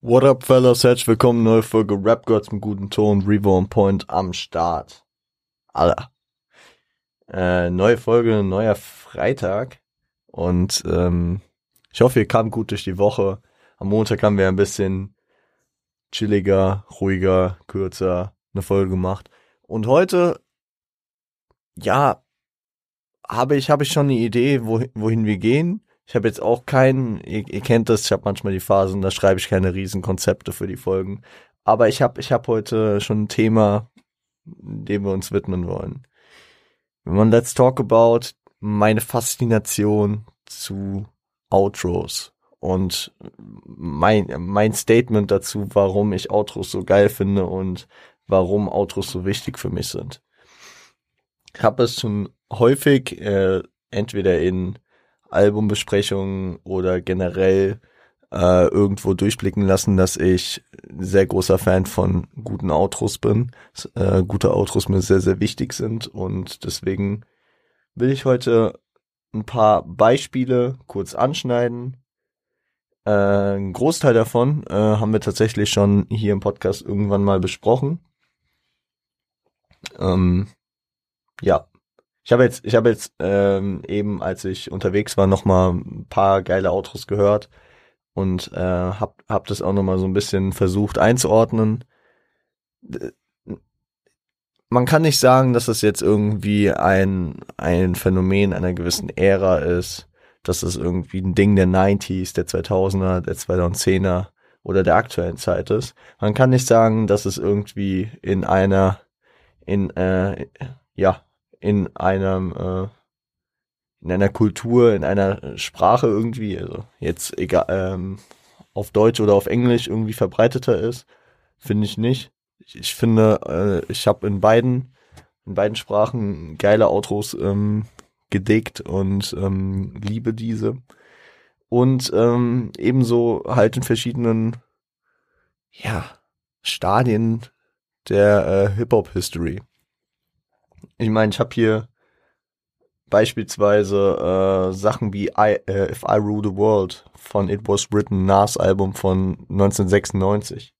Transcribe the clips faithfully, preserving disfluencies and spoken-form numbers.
What up, fellas? Herzlich willkommen, neue Folge Rap Gods mit gutem Ton, Revo on Point am Start. Alter. Äh, neue Folge, neuer Freitag. Und ähm, ich hoffe, ihr kamt gut durch die Woche. Am Montag haben wir ein bisschen chilliger, ruhiger, kürzer eine Folge gemacht. Und heute, ja, habe ich, habe ich schon eine Idee, wohin, wohin wir gehen. Ich habe jetzt auch keinen, ihr, ihr kennt das, ich habe manchmal die Phasen, da schreibe ich keine riesen Konzepte für die Folgen. Aber ich habe ich hab heute schon ein Thema, dem wir uns widmen wollen. Und let's talk about meine Faszination zu Outros und mein, mein Statement dazu, warum ich Outros so geil finde und warum Outros so wichtig für mich sind. Ich habe es schon häufig, äh, entweder in Albumbesprechungen oder generell äh, irgendwo durchblicken lassen, dass ich sehr großer Fan von guten Outros bin. Äh, gute Outros mir sehr, sehr wichtig sind und deswegen will ich heute ein paar Beispiele kurz anschneiden. Äh, ein Großteil davon äh, haben wir tatsächlich schon hier im Podcast irgendwann mal besprochen. Ähm, ja. Ich habe jetzt, ich habe jetzt ähm, eben, als ich unterwegs war, noch mal ein paar geile Outros gehört und äh, hab, hab das auch noch mal so ein bisschen versucht einzuordnen. Man kann nicht sagen, dass es jetzt irgendwie ein ein Phänomen einer gewissen Ära ist, dass es irgendwie ein Ding der neunziger, der zweitausender, der zweitausendzehner oder der aktuellen Zeit ist. Man kann nicht sagen, dass es irgendwie in einer in äh, ja in einem äh, in einer Kultur, in einer Sprache irgendwie, also jetzt egal, ähm, auf Deutsch oder auf Englisch irgendwie verbreiteter ist, finde ich nicht. Ich, ich finde, äh, ich habe in beiden in beiden Sprachen geile Outros ähm, gedickt und ähm, liebe diese. Und ähm, ebenso halt in verschiedenen ja Stadien der äh, Hip-Hop-History. Ich meine, ich habe hier beispielsweise äh, Sachen wie I, äh, If I Rule the World von It Was Written, Nas Album von neunzehnhundertsechsundneunzig.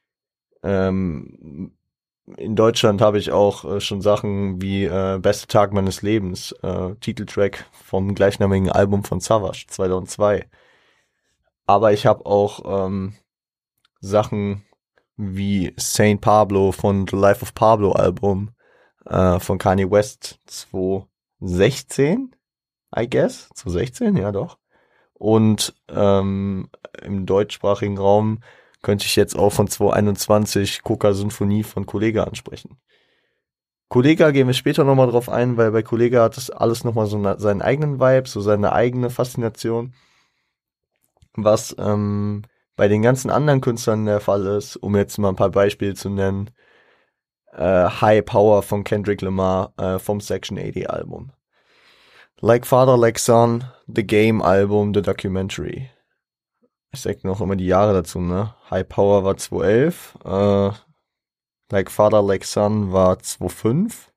Ähm, in Deutschland habe ich auch äh, schon Sachen wie äh, Beste Tag meines Lebens, äh, Titeltrack vom gleichnamigen Album von Savage zweitausendzwei. Aber ich habe auch ähm, Sachen wie Saint Pablo von The Life of Pablo Album äh, von Kanye West zweitausendsechzehn, I guess, zweitausendsechzehn, ja doch. Und ähm, im deutschsprachigen Raum könnte ich jetzt auch von zweitausendeinundzwanzig Coca Symphonie von Kollega ansprechen. Kollega gehen wir später nochmal drauf ein, weil bei Kollega hat das alles nochmal so eine, seinen eigenen Vibe, so seine eigene Faszination. Was ähm, bei den ganzen anderen Künstlern der Fall ist, um jetzt mal ein paar Beispiele zu nennen, äh, High Power von Kendrick Lamar äh, vom Section achtzig Album. Like Father, Like Son, The Game Album, The Documentary. Ich sag noch immer die Jahre dazu, ne? High Power war zweitausendelf, äh, Like Father, Like Son war zweitausendfünf.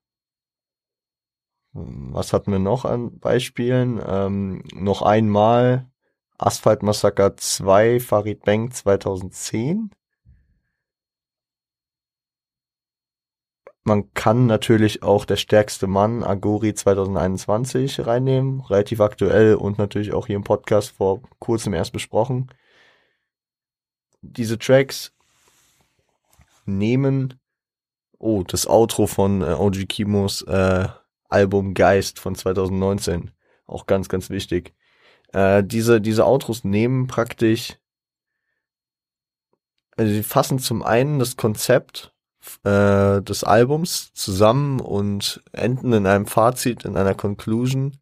Was hatten wir noch an Beispielen? Ähm, noch einmal Asphalt Massacre zwei, Farid Bang zweitausendzehn. Man kann natürlich auch Der stärkste Mann, Agori zweitausendeinundzwanzig reinnehmen, relativ aktuell und natürlich auch hier im Podcast vor kurzem erst besprochen. Diese Tracks nehmen, oh, das Outro von äh, O G Kimos äh, Album Geist von zweitausendneunzehn, auch ganz, ganz wichtig. Äh, diese, diese Outros nehmen praktisch, also sie fassen zum einen das Konzept äh, des Albums zusammen und enden in einem Fazit, in einer Conclusion.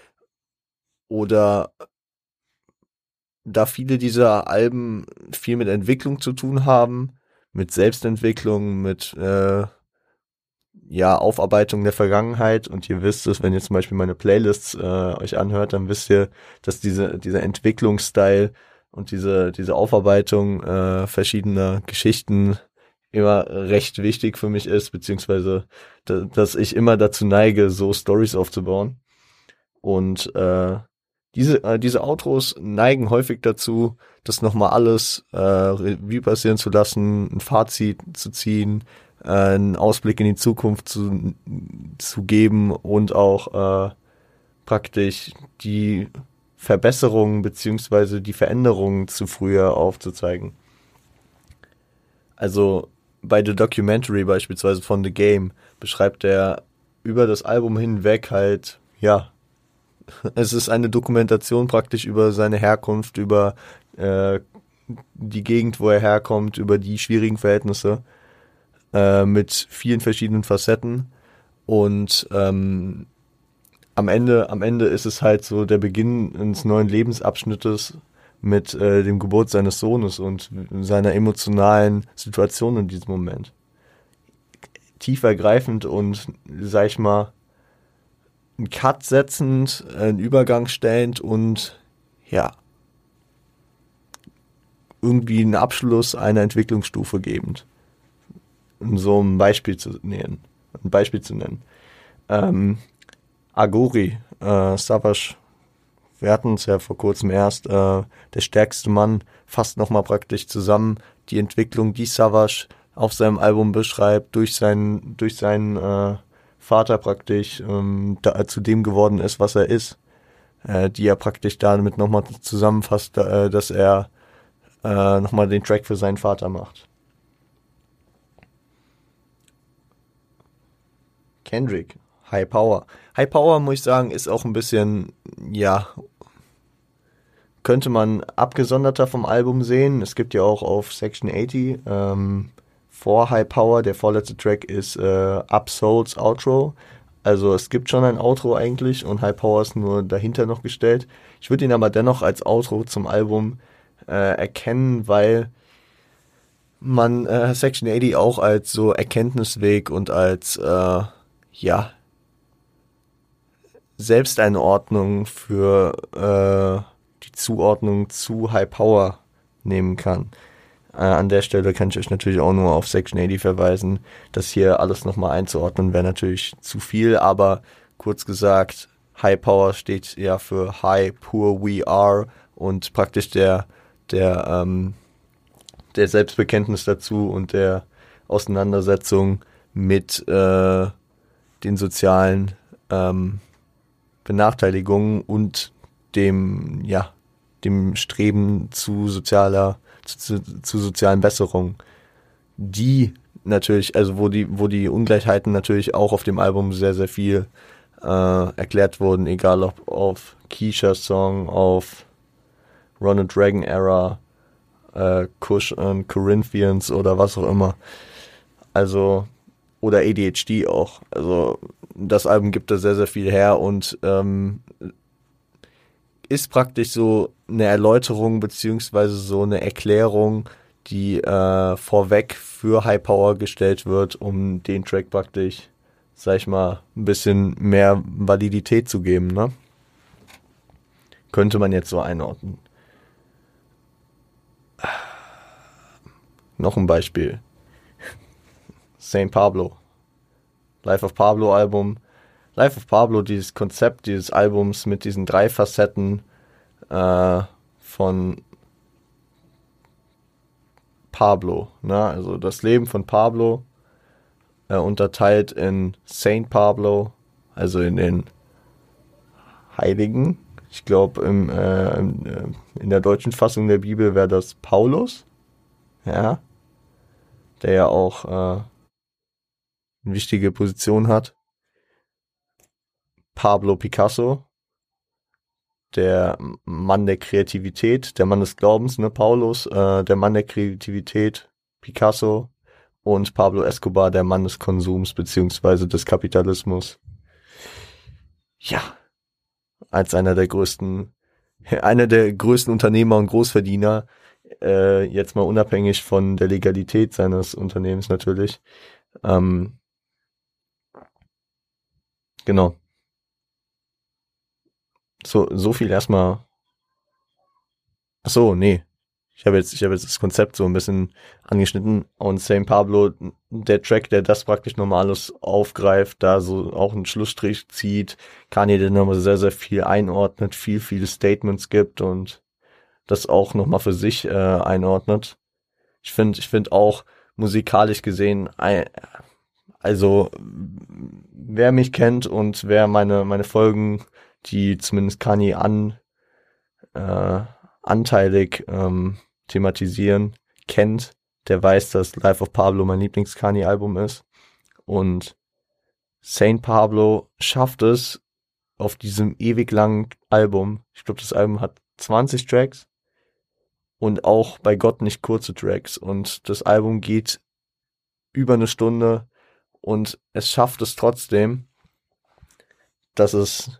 Oder da viele dieser Alben viel mit Entwicklung zu tun haben, mit Selbstentwicklung, mit äh, ja Aufarbeitung der Vergangenheit, und ihr wisst es, wenn ihr zum Beispiel meine Playlists äh, euch anhört, dann wisst ihr, dass diese dieser Entwicklungsstyle und diese diese Aufarbeitung äh, verschiedener Geschichten immer recht wichtig für mich ist, beziehungsweise da, dass ich immer dazu neige, so Stories aufzubauen. Und äh, diese, äh, diese Outros neigen häufig dazu, das nochmal alles äh, Revue passieren zu lassen, ein Fazit zu ziehen, äh, einen Ausblick in die Zukunft zu, zu geben und auch äh, praktisch die Verbesserungen beziehungsweise die Veränderungen zu früher aufzuzeigen. Also bei The Documentary beispielsweise von The Game beschreibt er über das Album hinweg halt, ja, es ist eine Dokumentation praktisch über seine Herkunft, über äh, die Gegend, wo er herkommt, über die schwierigen Verhältnisse äh, mit vielen verschiedenen Facetten. Und ähm, am Ende, am Ende ist es halt so der Beginn eines neuen Lebensabschnittes mit äh, dem Geburt seines Sohnes und seiner emotionalen Situation in diesem Moment. Tief ergreifend und, sag ich mal, einen Cut setzend, einen Übergang stellend und ja, irgendwie einen Abschluss einer Entwicklungsstufe gebend. Um so ein Beispiel zu nennen. Ein Beispiel zu nennen. Ähm, Agori, äh, Savage, wir hatten es ja vor kurzem erst, äh, der stärkste Mann fasst nochmal praktisch zusammen die Entwicklung, die Savage auf seinem Album beschreibt, durch seinen, durch seinen äh, Vater praktisch ähm, da, zu dem geworden ist, was er ist, äh, die er praktisch damit nochmal zusammenfasst, äh, dass er äh, nochmal den Track für seinen Vater macht. Kendrick, High Power. High Power, muss ich sagen, ist auch ein bisschen, ja, könnte man abgesonderter vom Album sehen. Es gibt ja auch auf Section achtzig ähm, vor High Power, der vorletzte Track ist äh, Up Souls Outro. Also es gibt schon ein Outro eigentlich und High Power ist nur dahinter noch gestellt. Ich würde ihn aber dennoch als Outro zum Album äh, erkennen, weil man äh, Section achtzig auch als so Erkenntnisweg und als äh, ja Selbsteinordnung für äh, die Zuordnung zu High Power nehmen kann. Äh, an der Stelle kann ich euch natürlich auch nur auf Section achtzig verweisen. Das hier alles nochmal einzuordnen wäre natürlich zu viel, aber kurz gesagt, High Power steht ja für High Poor We Are und praktisch der der ähm, der Selbstbekenntnis dazu und der Auseinandersetzung mit äh, den sozialen ähm, Benachteiligungen und dem, ja, dem Streben zu sozialer, zu, zu, zu sozialen Besserungen, die natürlich, also wo die, wo die Ungleichheiten natürlich auch auf dem Album sehr, sehr viel äh, erklärt wurden, egal ob auf Keisha's Song, auf Ronald Reagan Era, äh, Kush und Corinthians oder was auch immer. Also, oder A D H D auch. Also, das Album gibt da sehr, sehr viel her und ähm, ist praktisch so eine Erläuterung beziehungsweise so eine Erklärung, die äh, vorweg für High Power gestellt wird, um den Track praktisch, sag ich mal, ein bisschen mehr Validität zu geben, ne? Könnte man jetzt so einordnen. Noch ein Beispiel. Saint Pablo. Life of Pablo Album. Life of Pablo, dieses Konzept dieses Albums mit diesen drei Facetten äh, von Pablo, ne? Also das Leben von Pablo äh, unterteilt in Saint Pablo, also in den Heiligen. Ich glaube, im, äh, in der deutschen Fassung der Bibel wäre das Paulus, ja, der ja auch äh, eine wichtige Position hat. Pablo Picasso, der Mann der Kreativität, der Mann des Glaubens, ne, Paulus, äh, der Mann der Kreativität, Picasso, und Pablo Escobar, der Mann des Konsums beziehungsweise des Kapitalismus. Ja, als einer der größten, einer der größten Unternehmer und Großverdiener, äh, jetzt mal unabhängig von der Legalität seines Unternehmens natürlich. Ähm, genau. So, so viel erstmal. Ach so, nee. Ich habe jetzt, ich habe jetzt das Konzept so ein bisschen angeschnitten und Saint Pablo, der Track, der das praktisch nochmal alles aufgreift, da so auch einen Schlussstrich zieht, Kanye, der nochmal sehr, sehr viel einordnet, viel, viele Statements gibt und das auch nochmal für sich äh, einordnet. Ich finde, ich finde auch musikalisch gesehen, ein, also wer mich kennt und wer meine meine Folgen, die zumindest Kanye an äh, anteilig ähm, thematisieren, kennt, der weiß, dass Life of Pablo mein Lieblings-Kanye-Album ist. Und Saint Pablo schafft es auf diesem ewig langen Album, ich glaube, das Album hat zwanzig Tracks und auch bei Gott nicht kurze Tracks. Und das Album geht über eine Stunde und es schafft es trotzdem, dass es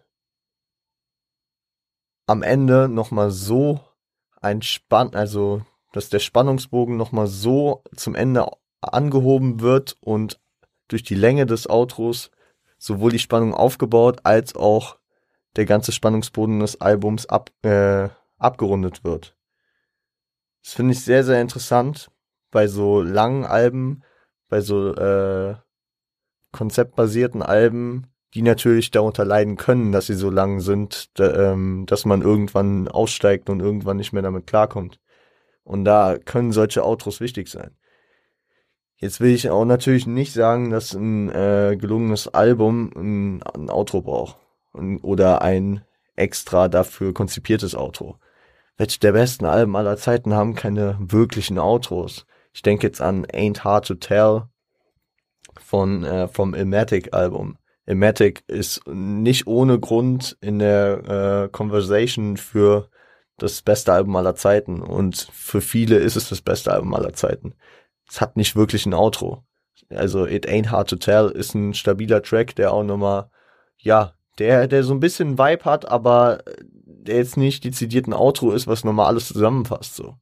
am Ende nochmal so ein Spann, also dass der Spannungsbogen nochmal so zum Ende angehoben wird und durch die Länge des Outros sowohl die Spannung aufgebaut als auch der ganze Spannungsbogen des Albums ab, äh, abgerundet wird. Das finde ich sehr, sehr interessant bei so langen Alben, bei so äh, konzeptbasierten Alben, die natürlich darunter leiden können, dass sie so lang sind, da, ähm, dass man irgendwann aussteigt und irgendwann nicht mehr damit klarkommt. Und da können solche Outros wichtig sein. Jetzt will ich auch natürlich nicht sagen, dass ein äh, gelungenes Album ein, ein Outro braucht. Und, oder ein extra dafür konzipiertes Outro. Welche der besten Alben aller Zeiten haben keine wirklichen Outros. Ich denke jetzt an Ain't Hard to Tell von äh, vom Illmatic-Album. Illmatic ist nicht ohne Grund in der äh, Conversation für das beste Album aller Zeiten. Und für viele ist es das beste Album aller Zeiten. Es hat nicht wirklich ein Outro. Also It Ain't Hard to Tell ist ein stabiler Track, der auch nochmal, ja, der, der so ein bisschen Vibe hat, aber der jetzt nicht dezidiert ein Outro ist, was nochmal alles zusammenfasst, so.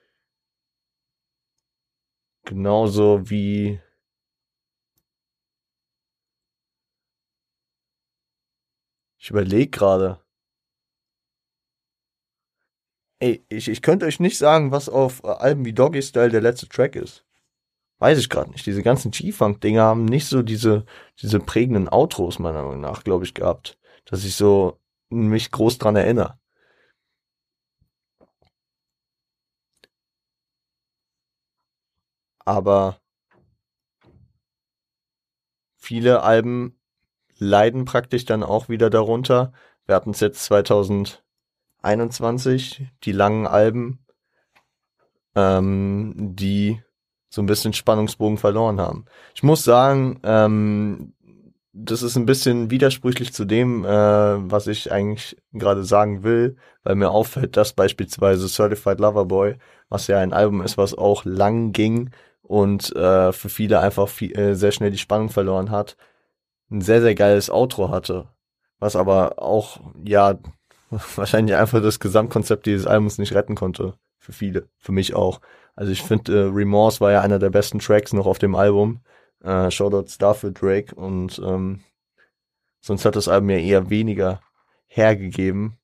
Genauso wie, ich überlege gerade, ey, ich, ich könnte euch nicht sagen, was auf äh, Alben wie Doggy Style der letzte Track ist. Weiß ich gerade nicht. Diese ganzen G-Funk-Dinger haben nicht so diese, diese prägenden Outros meiner Meinung nach, glaube ich, gehabt. Dass ich so mich groß dran erinnere. Aber viele Alben leiden praktisch dann auch wieder darunter. Wir hatten es jetzt zwanzig einundzwanzig, die langen Alben, ähm, die so ein bisschen Spannungsbogen verloren haben. Ich muss sagen, ähm, das ist ein bisschen widersprüchlich zu dem, äh, was ich eigentlich gerade sagen will, weil mir auffällt, dass beispielsweise Certified Lover Boy, was ja ein Album ist, was auch lang ging und äh, für viele einfach viel, äh, sehr schnell die Spannung verloren hat, ein sehr, sehr geiles Outro hatte, was aber auch, ja, wahrscheinlich einfach das Gesamtkonzept dieses Albums nicht retten konnte. Für viele, für mich auch. Also ich finde, äh, Remorse war ja einer der besten Tracks noch auf dem Album. Äh, Shoutouts dafür Drake und ähm, sonst hat das Album ja eher weniger hergegeben.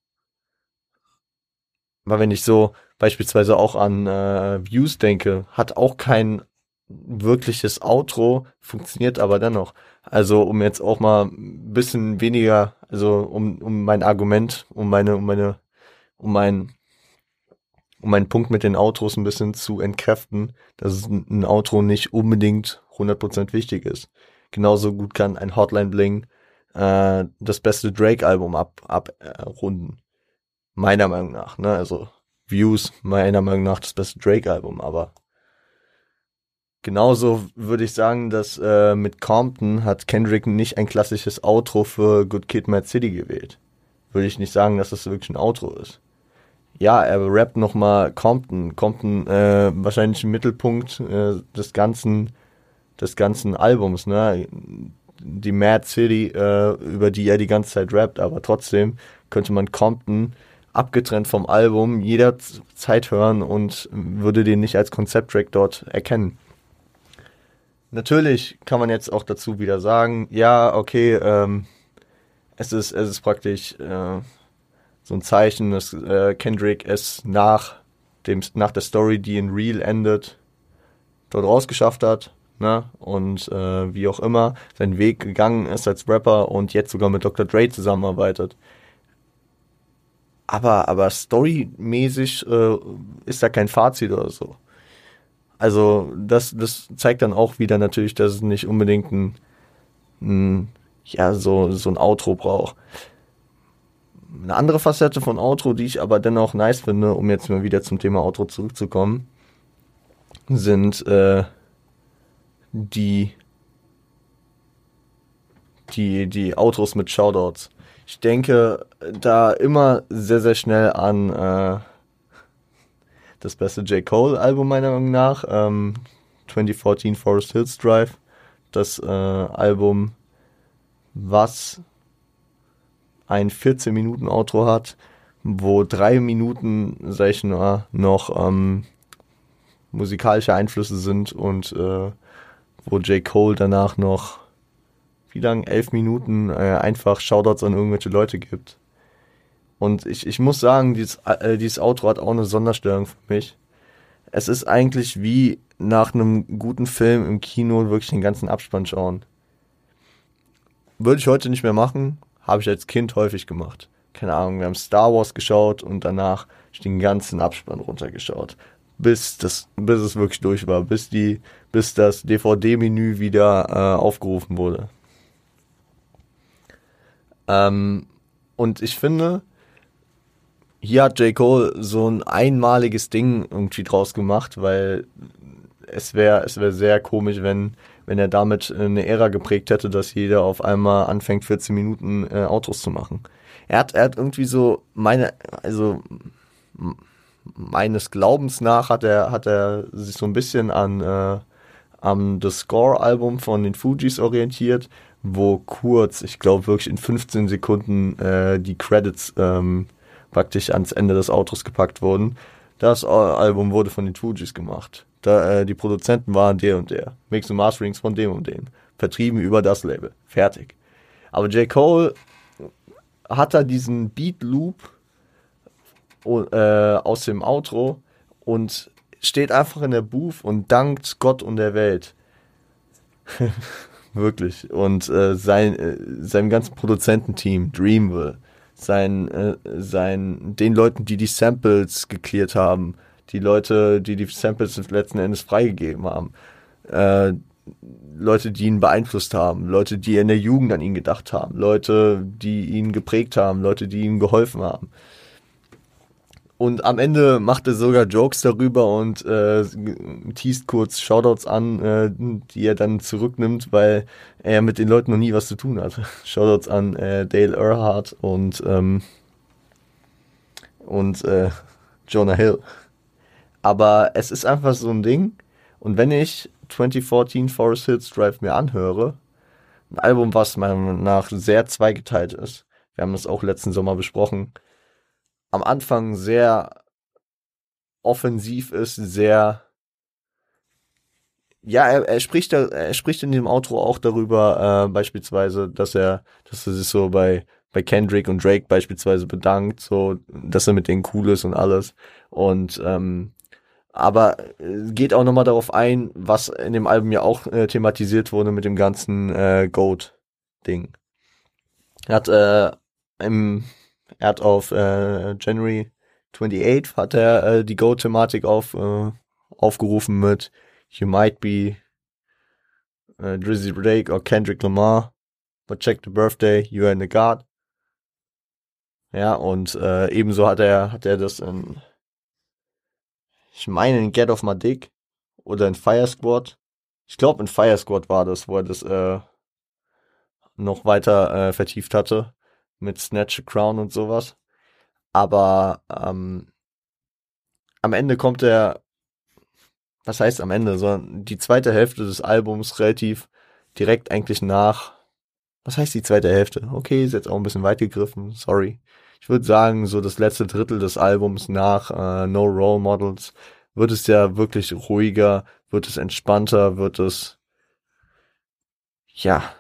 Aber wenn ich so beispielsweise auch an äh, Views denke, hat auch kein wirkliches Outro, funktioniert aber dennoch. Also um jetzt auch mal ein bisschen weniger, also um, um mein Argument, um meine, um meine, um mein, um meinen Punkt mit den Outros ein bisschen zu entkräften, dass ein, ein Outro nicht unbedingt hundert Prozent wichtig ist. Genauso gut kann ein Hotline Bling äh, das beste Drake-Album ab, abrunden. Meiner Meinung nach, ne? Also Views, meiner Meinung nach das beste Drake-Album, aber genauso würde ich sagen, dass äh, mit Compton hat Kendrick nicht ein klassisches Outro für Good Kid, Mad City gewählt. Würde ich nicht sagen, dass das wirklich ein Outro ist. Ja, er rappt nochmal Compton. Compton äh, wahrscheinlich im Mittelpunkt äh, des ganzen des ganzen Albums, ne? Die Mad City, äh, über die er die ganze Zeit rappt, aber trotzdem könnte man Compton abgetrennt vom Album jederzeit hören und würde den nicht als Konzepttrack dort erkennen. Natürlich kann man jetzt auch dazu wieder sagen, ja, okay, ähm, es ist es ist praktisch äh, so ein Zeichen, dass äh, Kendrick es nach dem, nach der Story, die in Real endet, dort rausgeschafft hat, ne? Und äh, wie auch immer seinen Weg gegangen ist als Rapper und jetzt sogar mit Doktor Dre zusammenarbeitet. Aber, aber storymäßig äh, ist da kein Fazit oder so. Also das, das zeigt dann auch wieder natürlich, dass es nicht unbedingt ein, ein ja, so, so ein Outro braucht. Eine andere Facette von Outro, die ich aber dennoch nice finde, um jetzt mal wieder zum Thema Outro zurückzukommen, sind äh, die, die, die Outros mit Shoutouts. Ich denke da immer sehr, sehr schnell an äh, das beste J. Cole-Album meiner Meinung nach, ähm, zwanzig vierzehn Forest Hills Drive. Das äh, Album, was ein vierzehn Minuten Outro hat, wo drei Minuten, sag ich nur, noch ähm, musikalische Einflüsse sind und äh, wo J. Cole danach noch, wie lang, elf Minuten äh, einfach Shoutouts an irgendwelche Leute gibt. Und ich, ich muss sagen, dieses, äh, dieses Outro hat auch eine Sonderstellung für mich. Es ist eigentlich wie nach einem guten Film im Kino wirklich den ganzen Abspann schauen. Würde ich heute nicht mehr machen, habe ich als Kind häufig gemacht. Keine Ahnung, wir haben Star Wars geschaut und danach den ganzen Abspann runtergeschaut. Bis das, bis es wirklich durch war, bis die, bis das D V D-Menü wieder äh, aufgerufen wurde. Ähm, und ich finde, hier hat J. Cole so ein einmaliges Ding irgendwie draus gemacht, weil es wäre es wäre sehr komisch, wenn wenn er damit eine Ära geprägt hätte, dass jeder auf einmal anfängt, vierzehn Minuten äh, Outros zu machen. Er hat er hat irgendwie so meine, also m- meines Glaubens nach hat er hat er sich so ein bisschen an äh, am The Score-Album von den Fugees orientiert, wo kurz, ich glaube wirklich in fünfzehn Sekunden äh, die Credits ähm, praktisch ans Ende des Outros gepackt wurden. Das Album wurde von den Fugees gemacht. Da, äh, die Produzenten waren der und der. Mix und Masterings von dem und dem. Vertrieben über das Label. Fertig. Aber J. Cole hat da diesen Beat Loop äh, aus dem Outro und steht einfach in der Booth und dankt Gott und der Welt. Wirklich. Und äh, sein, äh, seinem ganzen Produzententeam, Dreamville, sein, äh, sein, den Leuten, die die Samples geklärt haben, die Leute, die die Samples letzten Endes freigegeben haben, äh, Leute, die ihn beeinflusst haben, Leute, die in der Jugend an ihn gedacht haben, Leute, die ihn geprägt haben, Leute, die ihm geholfen haben. Und am Ende macht er sogar Jokes darüber und äh, teast kurz Shoutouts an, äh, die er dann zurücknimmt, weil er mit den Leuten noch nie was zu tun hat. Shoutouts an äh, Dale Earnhardt und ähm, und äh, Jonah Hill. Aber es ist einfach so ein Ding. Und wenn ich zwanzig vierzehn Forest Hills Drive mir anhöre, ein Album, was meiner Meinung nach sehr zweigeteilt ist, wir haben das auch letzten Sommer besprochen, am Anfang sehr offensiv ist, sehr, ja, er, er spricht da, er spricht in dem Outro auch darüber, äh, beispielsweise, dass er, dass er sich so bei, bei Kendrick und Drake beispielsweise bedankt, so, dass er mit denen cool ist und alles. Und, ähm, aber äh, geht auch nochmal darauf ein, was in dem Album ja auch äh, thematisiert wurde mit dem ganzen äh, Goat-Ding. Er hat, äh, im, er hat auf äh, January twenty-eighth hat er äh, die Goat-Thematik auf, äh, aufgerufen mit You might be uh, Drizzy Drake or Kendrick Lamar, but check the birthday, you are in the God. Ja, und äh, ebenso hat er hat er das in, ich meine in Get Off My Dick oder in Fire Squad. Ich glaube in Fire Squad war das, wo er das äh, noch weiter äh, vertieft hatte mit Snatch a Crown und sowas. Aber ähm, am Ende kommt er, was heißt am Ende, sondern die zweite Hälfte des Albums relativ direkt eigentlich nach. Was heißt die zweite Hälfte? Okay, ist jetzt auch ein bisschen weit gegriffen, sorry. Ich würde sagen, so das letzte Drittel des Albums nach äh, No Role Models wird es ja wirklich ruhiger, wird es entspannter, wird es, ja,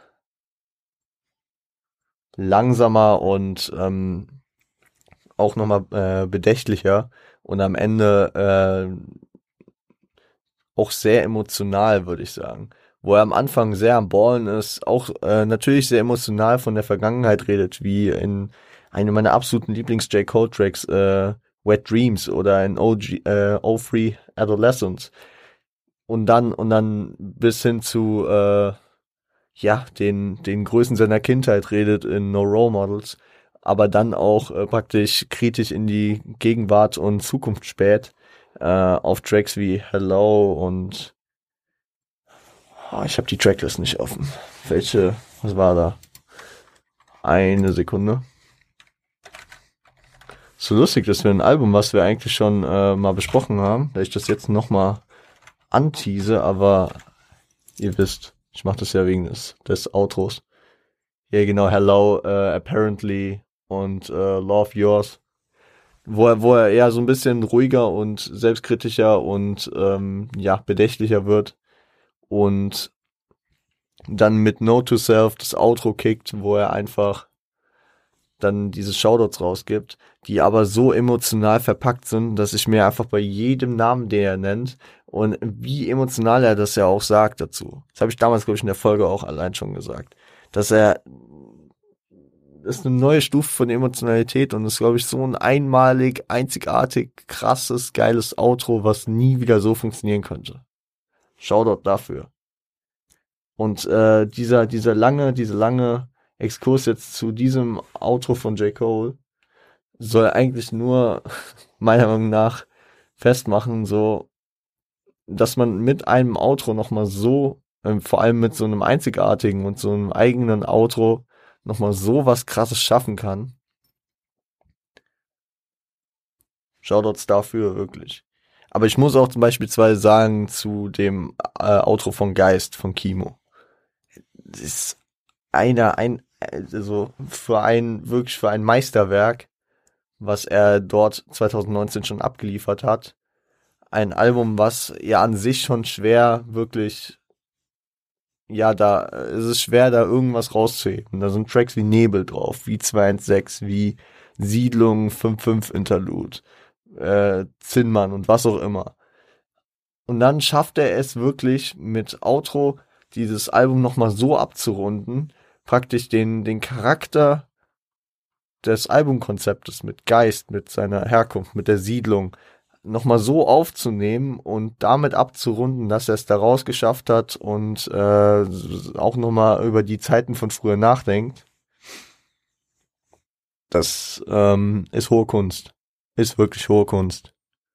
langsamer und ähm, auch nochmal äh, bedächtlicher. und am Ende äh, auch sehr emotional, würde ich sagen. Wo er am Anfang sehr am Ballen ist, auch äh, natürlich sehr emotional von der Vergangenheit redet, wie in einem meiner absoluten Lieblings-J. Cole-Tracks, äh, Wet Dreams oder in O G, äh, O drei Adolescence. Und dann, und dann bis hin zu, äh, ja, den, den Größen seiner Kindheit redet in No Role Models, aber dann auch äh, praktisch kritisch in die Gegenwart und Zukunft späht, äh, auf Tracks wie Hello und oh, ich habe die Tracklist nicht offen. Welche, was war da? Eine Sekunde. So lustig, dass wir ein Album, was wir eigentlich schon äh, mal besprochen haben, da ich das jetzt nochmal antease, aber ihr wisst, ich mache das ja wegen des, des Outros. Ja, genau, Hello, äh, Apparently und äh, Love Yours. Wo er, wo er eher so ein bisschen ruhiger und selbstkritischer und ähm, ja, bedächtlicher wird. Und dann mit Note to Self das Outro kickt, wo er einfach dann diese Shoutouts rausgibt, die aber so emotional verpackt sind, dass ich mir einfach bei jedem Namen, den er nennt, und wie emotional er das ja auch sagt dazu. Das habe ich damals, glaube ich, in der Folge auch allein schon gesagt. Dass er, das ist eine neue Stufe von Emotionalität und ist, glaube ich, so ein einmalig, einzigartig, krasses, geiles Outro, was nie wieder so funktionieren könnte. Shoutout dafür. Und äh, dieser, dieser lange, diese lange Exkurs jetzt zu diesem Outro von J. Cole soll eigentlich nur meiner Meinung nach festmachen, so, dass man mit einem Outro nochmal so, ähm, vor allem mit so einem einzigartigen und so einem eigenen Outro nochmal so was Krasses schaffen kann. Shoutouts dafür, wirklich. Aber ich muss auch zum Beispiel zwei sagen zu dem äh, Outro von Geist von Kimo. Das ist einer, ein, also für ein, wirklich für ein Meisterwerk, was er dort zwanzig neunzehn schon abgeliefert hat. Ein Album, was ja an sich schon schwer wirklich, ja, da, es ist schwer, da irgendwas rauszuheben. Da sind Tracks wie Nebel drauf, wie zweihundertsechzehn, wie Siedlung fünf fünf Interlude, äh, Zinnmann und was auch immer. Und dann schafft er es wirklich mit Outro dieses Album nochmal so abzurunden, praktisch den, den Charakter des Albumkonzeptes mit Geist, mit seiner Herkunft, mit der Siedlung nochmal so aufzunehmen und damit abzurunden, dass er es daraus geschafft hat und äh, auch nochmal über die Zeiten von früher nachdenkt. Das ähm, ist hohe Kunst. Ist wirklich hohe Kunst.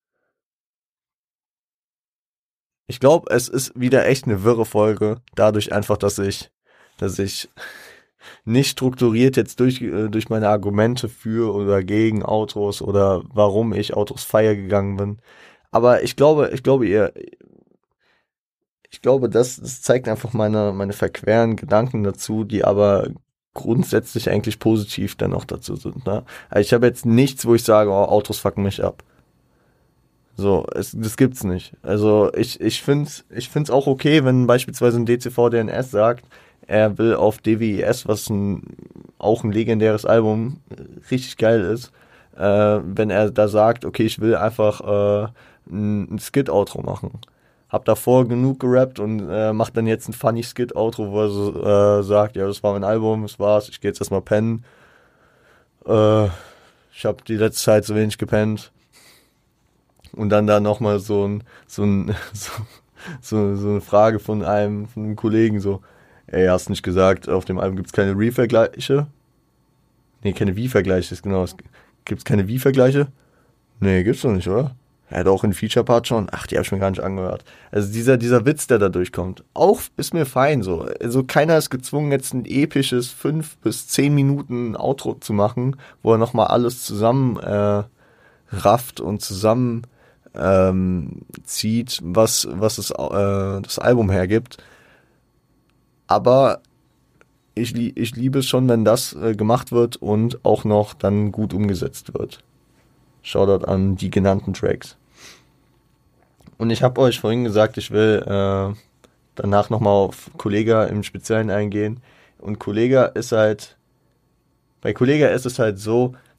Ich glaube, es ist wieder echt eine wirre Folge, dadurch einfach, dass ich, dass ich nicht strukturiert jetzt durch, äh, durch meine Argumente für oder gegen Autos oder warum ich Autos feier gegangen bin. Aber ich glaube, ich glaube, ihr, ich glaube, das, das zeigt einfach meine, meine verqueren Gedanken dazu, die aber grundsätzlich eigentlich positiv dann auch dazu sind. Ne? Also ich habe jetzt nichts, wo ich sage, oh, Autos fucken mich ab. So, es, das gibt's nicht. Also ich, ich find's, ich find's auch okay, wenn beispielsweise ein D C V D N S sagt, er will auf D W I S, was ein, auch ein legendäres Album, richtig geil ist, äh, wenn er da sagt, okay, ich will einfach äh, ein, ein Skit-Outro machen. Hab davor genug gerappt und äh, macht dann jetzt ein funny Skit-Outro, wo er so äh, sagt, ja, das war mein Album, das war's, ich gehe jetzt erstmal pennen. Äh, ich habe die letzte Zeit so wenig gepennt. Und dann da nochmal so ein, so ein, so, so, so eine Frage von einem, von einem Kollegen so, ey, hast nicht gesagt, auf dem Album gibt's keine Re-Vergleiche? Nee, keine Wie-Vergleiche, genau. Gibt's keine Wie-Vergleiche? Nee, gibt's doch nicht, oder? Er hat auch in Feature-Part schon. Ach, die hab ich mir gar nicht angehört. Also dieser, dieser Witz, der da durchkommt, auch ist mir fein so. Also keiner ist gezwungen, jetzt ein episches fünf bis zehn Minuten Outro zu machen, wo er nochmal alles zusammen äh, rafft und zusammen ähm, zieht, was, was es, äh, das Album hergibt. Aber ich, ich liebe es schon, wenn das äh, gemacht wird und auch noch dann gut umgesetzt wird. Shoutout an die genannten Tracks. Und ich habe euch vorhin gesagt, ich will äh, danach nochmal auf Kollega im Speziellen eingehen. Und Kollega ist halt, bei Kollega ist es halt so,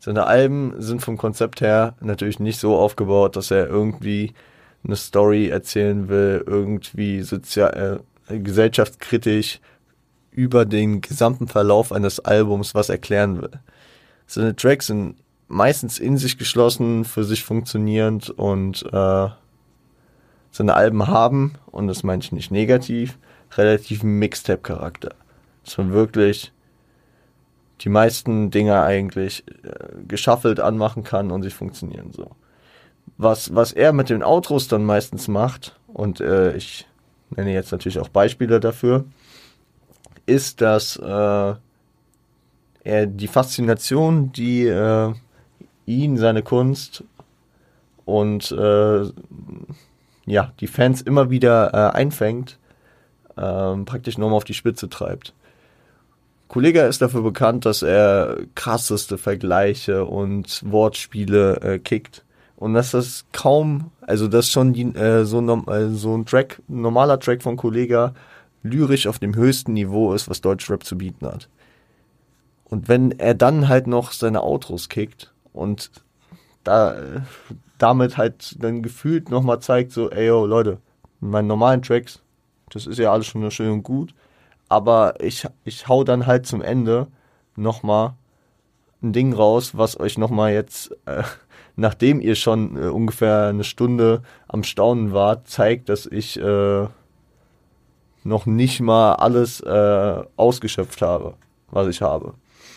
Seine Alben sind vom Konzept her natürlich nicht so aufgebaut, dass er irgendwie eine Story erzählen will, irgendwie sozial, äh, gesellschaftskritisch über den gesamten Verlauf eines Albums was erklären will. Seine Tracks sind meistens in sich geschlossen, für sich funktionierend und äh, seine Alben haben, und das meine ich nicht negativ, relativ Mixtape-Charakter. Dass man wirklich die meisten Dinger eigentlich äh, geschaffelt anmachen kann und sie funktionieren so. Was, was er mit den Outros dann meistens macht, und äh, ich nenne jetzt natürlich auch Beispiele dafür, ist, dass äh, er die Faszination, die äh, ihn, seine Kunst und äh, ja, die Fans immer wieder äh, einfängt, äh, praktisch nochmal auf die Spitze treibt. Kollegah ist dafür bekannt, dass er krasseste Vergleiche und Wortspiele äh, kickt. Und dass das kaum, also dass schon die, äh, so, äh, so ein Track, ein normaler Track von Kollegah lyrisch auf dem höchsten Niveau ist, was Deutschrap zu bieten hat. Und wenn er dann halt noch seine Outros kickt und da äh, damit halt dann gefühlt nochmal zeigt, so, ey yo, Leute, in meinen normalen Tracks, das ist ja alles schon schön und gut, aber ich, ich hau dann halt zum Ende nochmal ein Ding raus, was euch nochmal jetzt, äh, nachdem ihr schon äh, ungefähr eine Stunde am Staunen wart, zeigt, dass ich äh, noch nicht mal alles äh, ausgeschöpft habe, was ich habe.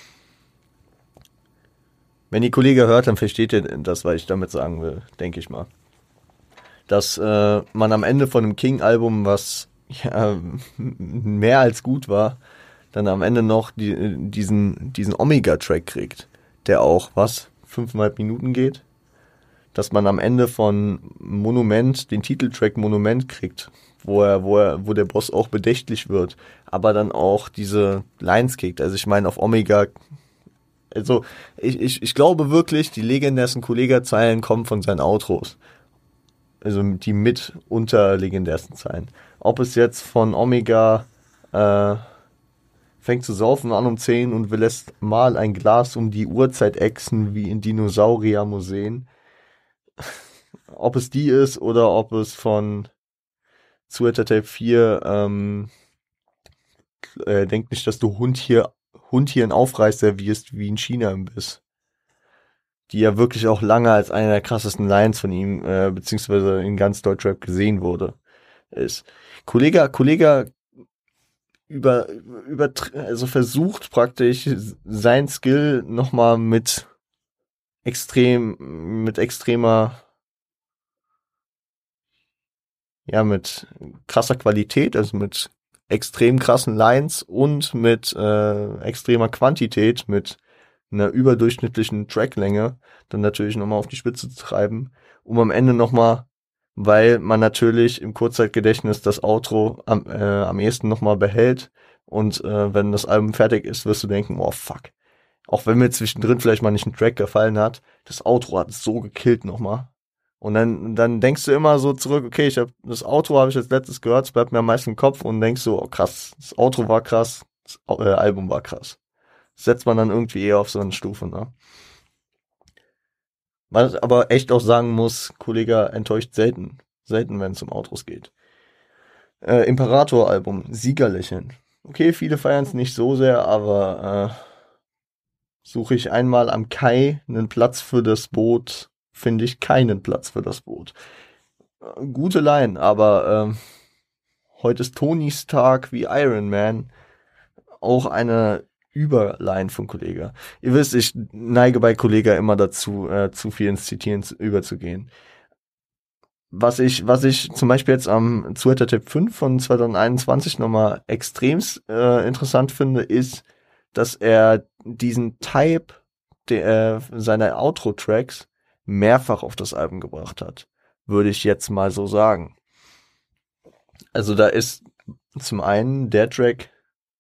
Wenn die Kollegah hört, dann versteht ihr das, was ich damit sagen will, denke ich mal. Dass äh, man am Ende von einem King-Album, was ja, mehr als gut war, dann am Ende noch die, diesen, diesen Omega-Track kriegt, der auch, was, fünfeinhalb Minuten geht? Dass man am Ende von Monument den Titeltrack Monument kriegt, wo er, wo er, wo der Boss auch bedächtlich wird, aber dann auch diese Lines kickt. Also ich meine, auf Omega, also ich, ich, ich glaube wirklich, die legendärsten Kollegah-Zeilen kommen von seinen Outros. Also die mitunter legendärsten Zeilen. Ob es jetzt von Omega äh, fängt zu saufen an um zehn und will lässt mal ein Glas um die Uhrzeit ächzen wie in Dinosaurier-Museen. Ob es die ist oder ob es von Zuhälter Tape vier ähm, äh, denk nicht, dass du Hund hier Hund hier in Aufreiß servierst wie in China im Biss. Die ja wirklich auch lange als eine der krassesten Lines von ihm, äh, beziehungsweise in ganz Deutschrap gesehen wurde, ist. Kollegah, Kollegah über, über, also versucht praktisch sein Skill nochmal mit extrem, mit extremer, ja, mit krasser Qualität, also mit extrem krassen Lines und mit äh, extremer Quantität, mit einer überdurchschnittlichen Tracklänge dann natürlich nochmal auf die Spitze zu treiben, um am Ende nochmal, weil man natürlich im Kurzzeitgedächtnis das Outro am, äh, am ehesten nochmal behält und äh, wenn das Album fertig ist, wirst du denken, oh fuck, auch wenn mir zwischendrin vielleicht mal nicht ein Track gefallen hat, das Outro hat es so gekillt nochmal. Und dann, dann denkst du immer so zurück, okay, ich hab, das Outro habe ich als letztes gehört, es bleibt mir am meisten im Kopf und denkst so, oh krass, das Outro war krass, das äh, Album war krass. Setzt man dann irgendwie eher auf so eine Stufe, ne? Was ich aber echt auch sagen muss, Kollegah enttäuscht selten. Selten, wenn es um Outros geht. Äh, Imperator-Album, Siegerlächeln. Okay, viele feiern es nicht so sehr, aber äh, suche ich einmal am Kai einen Platz für das Boot, finde ich keinen Platz für das Boot. Äh, gute Line, aber äh, heute ist Tonys Tag wie Iron Man. Auch eine Überline von Kollegah. Ihr wisst, ich neige bei Kollegah immer dazu, äh, zu viel ins Zitieren zu, überzugehen. Was ich, was ich zum Beispiel jetzt am Zuhälter Tape fünf von zwanzig einundzwanzig nochmal extremst äh, interessant finde, ist, dass er diesen Type der, äh, seiner Outro-Tracks mehrfach auf das Album gebracht hat. Würde ich jetzt mal so sagen. Also da ist zum einen der Track,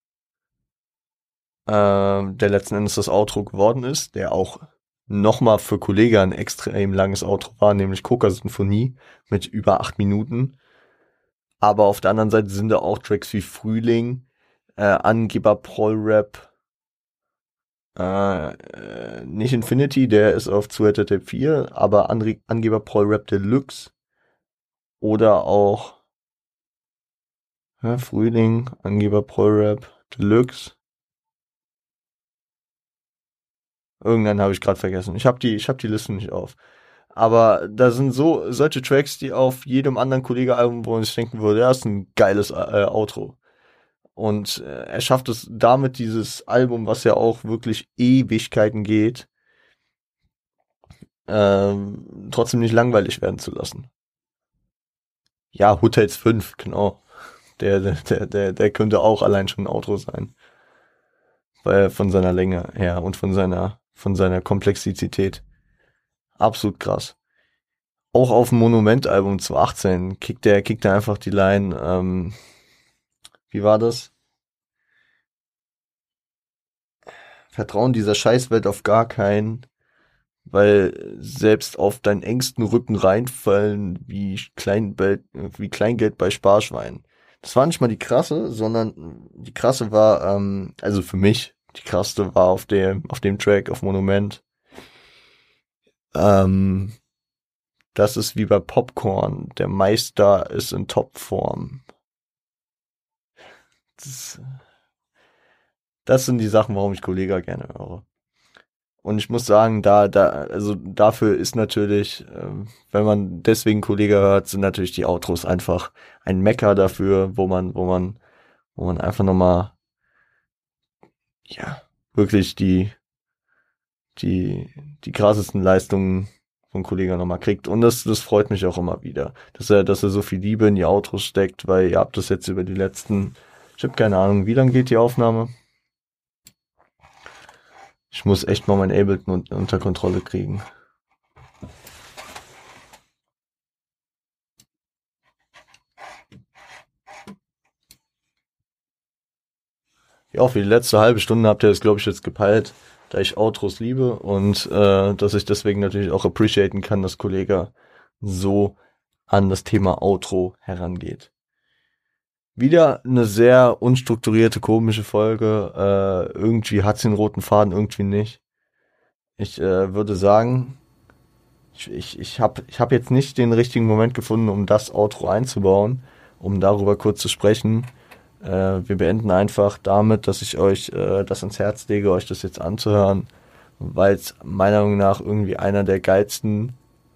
Ähm, der letzten Endes das Outro geworden ist, der auch nochmal für Kollegah ein extrem langes Outro war, nämlich Coca-Symphonie mit über acht Minuten. Aber auf der anderen Seite sind da auch Tracks wie Frühling, äh, Angeber Proll Rap, Äh, äh, nicht Infinity, der ist auf Zuhälter Tape vier, aber Anri- Angeber Paul Rap Deluxe oder auch ja, Frühling, Angeber Paul Rap Deluxe. Irgendeinen habe ich gerade vergessen. Ich habe die, ich habe die Liste nicht auf. Aber da sind so solche Tracks, die auf jedem anderen Kollege-Album, wo ich denken würde, ja, ist ein geiles äh, Outro. Und äh, er schafft es damit, dieses Album, was ja auch wirklich Ewigkeiten geht, ähm, trotzdem nicht langweilig werden zu lassen. Ja, Hotels fünf, genau. Der, der, der, der könnte auch allein schon ein Outro sein. Weil von seiner Länge her und von seiner, von seiner Komplexität. Absolut krass. Auch auf dem Monument-Album zwanzig achtzehn kickt der, kickt er einfach die Line, ähm, wie war das? Vertrauen dieser Scheißwelt auf gar keinen, weil selbst auf deinen engsten Rücken reinfallen wie Kleingeld, wie Kleingeld bei Sparschweinen. Das war nicht mal die krasse, sondern die krasse war, ähm, also für mich, die krasse war auf dem, auf dem Track, auf Monument. Ähm, das ist wie bei Popcorn, der Meister ist in Topform. Das, das sind die Sachen, warum ich Kollega gerne höre. Und ich muss sagen, da, da, also dafür ist natürlich, ähm, wenn man deswegen Kollege hört, sind natürlich die Outros einfach ein Mecker dafür, wo man, wo man, wo man einfach nochmal, ja, wirklich die, die, die krassesten Leistungen von Kollegen nochmal kriegt. Und das, das freut mich auch immer wieder, dass er, dass er so viel Liebe in die Outros steckt, weil ihr habt das jetzt über die letzten, ich habe keine Ahnung, wie lang geht die Aufnahme? Ich muss echt mal mein Ableton unter Kontrolle kriegen. Ja, für die letzte halbe Stunde habt ihr das, glaube ich, jetzt gepeilt, da ich Outros liebe und äh, dass ich deswegen natürlich auch appreciaten kann, dass Kollege so an das Thema Outro herangeht. Wieder eine sehr unstrukturierte, komische Folge. Äh, irgendwie hat sie einen roten Faden, irgendwie nicht. Ich äh, würde sagen, ich, ich, ich habe ich hab jetzt nicht den richtigen Moment gefunden, um das Outro einzubauen, um darüber kurz zu sprechen. Äh, wir beenden einfach damit, dass ich euch äh, das ans Herz lege, euch das jetzt anzuhören, weil es meiner Meinung nach irgendwie einer der geilsten.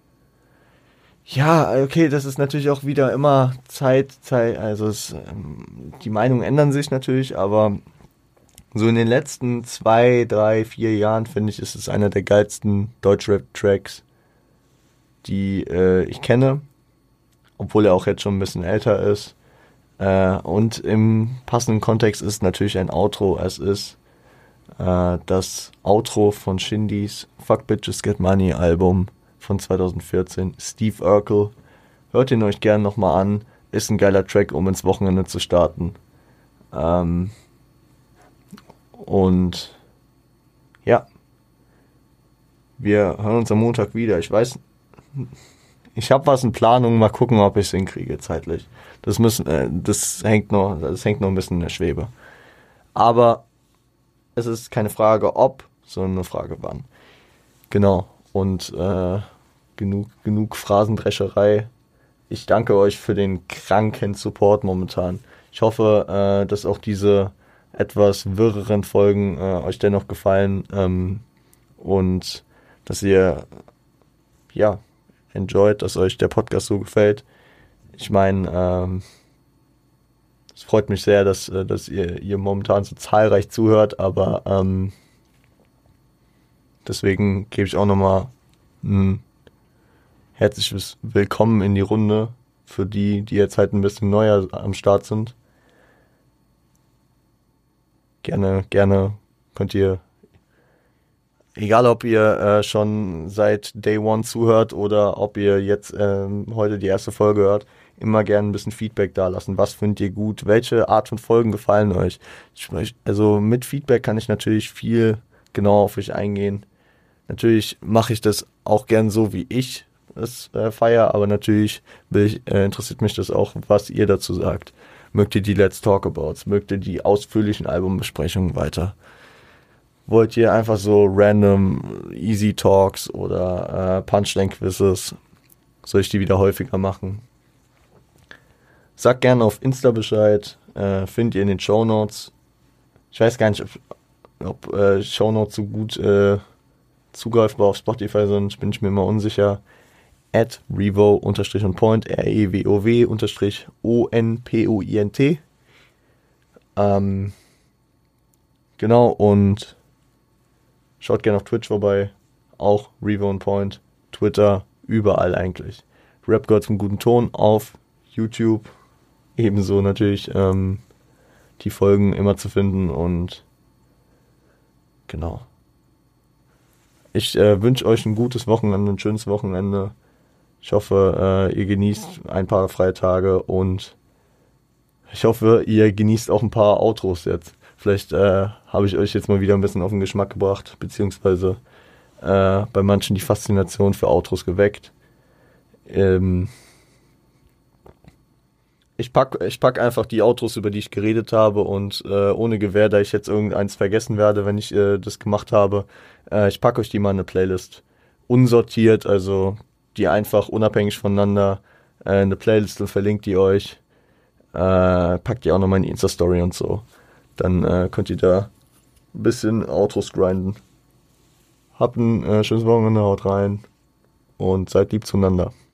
Ja, okay, das ist natürlich auch wieder immer Zeit, Zeit, also es, ähm, die Meinungen ändern sich natürlich, aber so in den letzten zwei, drei, vier Jahren finde ich, ist es einer der geilsten Deutschrap-Tracks, die äh, ich kenne, obwohl er auch jetzt schon ein bisschen älter ist. Äh, und im passenden Kontext ist natürlich ein Outro. Es ist äh, das Outro von Shindys Fuck Bitches Get Money Album von zwanzig vierzehn. Steve Urkel. Hört ihn euch gern nochmal an. Ist ein geiler Track, um ins Wochenende zu starten. Ähm, und ja, wir hören uns am Montag wieder. Ich weiß, ich habe was in Planung. Mal gucken, ob ich es hinkriege zeitlich. Das müssen, äh, das hängt noch, das hängt noch ein bisschen in der Schwebe. Aber es ist keine Frage ob, sondern eine Frage wann. Genau. Und äh, genug, genug Phrasendrescherei. Ich danke euch für den kranken Support momentan. Ich hoffe, äh, dass auch diese etwas wirreren Folgen äh, euch dennoch gefallen ähm, und dass ihr ja enjoyt, dass euch der Podcast so gefällt. Ich meine, ähm, es freut mich sehr, dass, äh, dass ihr, ihr momentan so zahlreich zuhört, aber ähm, deswegen gebe ich auch nochmal ein herzliches Willkommen in die Runde für die, die jetzt halt ein bisschen neuer am Start sind. Gerne, gerne könnt ihr, egal ob ihr äh, schon seit Day One zuhört oder ob ihr jetzt ähm, heute die erste Folge hört, immer gerne ein bisschen Feedback da lassen. Was findet ihr gut? Welche Art von Folgen gefallen euch? Ich, also mit Feedback kann ich natürlich viel genauer auf euch eingehen. Natürlich mache ich das auch gern so, wie ich es äh, feiere, aber natürlich will ich, äh, interessiert mich das auch, was ihr dazu sagt. Mögt ihr die Let's Talk Abouts? Mögt ihr die ausführlichen Albumbesprechungen weiter? wollt ihr einfach so random Easy Talks oder äh, Punchline-Quizzes, soll ich die wieder häufiger machen? Sagt gerne auf Insta Bescheid, äh, findet ihr in den Shownotes. Ich weiß gar nicht, ob, ob äh, Shownotes so gut äh, zugreifbar auf Spotify sind, bin ich mir immer unsicher. At Revo unterstrich und Point, R E W O W unterstrich O N P O I N T. Ähm, genau, und schaut gerne auf Twitch vorbei, auch Revo und Point, Twitter, überall eigentlich. Rap Girls im guten Ton auf YouTube, ebenso natürlich ähm, die Folgen immer zu finden und genau. Ich äh, wünsche euch ein gutes Wochenende, ein schönes Wochenende. Ich hoffe, äh, ihr genießt ein paar Freitage und ich hoffe, ihr genießt auch ein paar Outros jetzt. Vielleicht äh, habe ich euch jetzt mal wieder ein bisschen auf den Geschmack gebracht, beziehungsweise äh, bei manchen die Faszination für Outros geweckt. Ähm, ich pack, ich pack einfach die Outros, über die ich geredet habe und äh, ohne Gewähr, da ich jetzt irgendeins vergessen werde, wenn ich äh, das gemacht habe, äh, ich packe euch die mal in eine Playlist. Unsortiert, also die einfach unabhängig voneinander äh, eine Playlist und verlinkt die euch. Äh, packt ihr auch nochmal in die Insta-Story und so. Dann äh, könnt ihr da ein bisschen Outros grinden. Habt ein äh, schönes Wochenende, haut rein und seid lieb zueinander.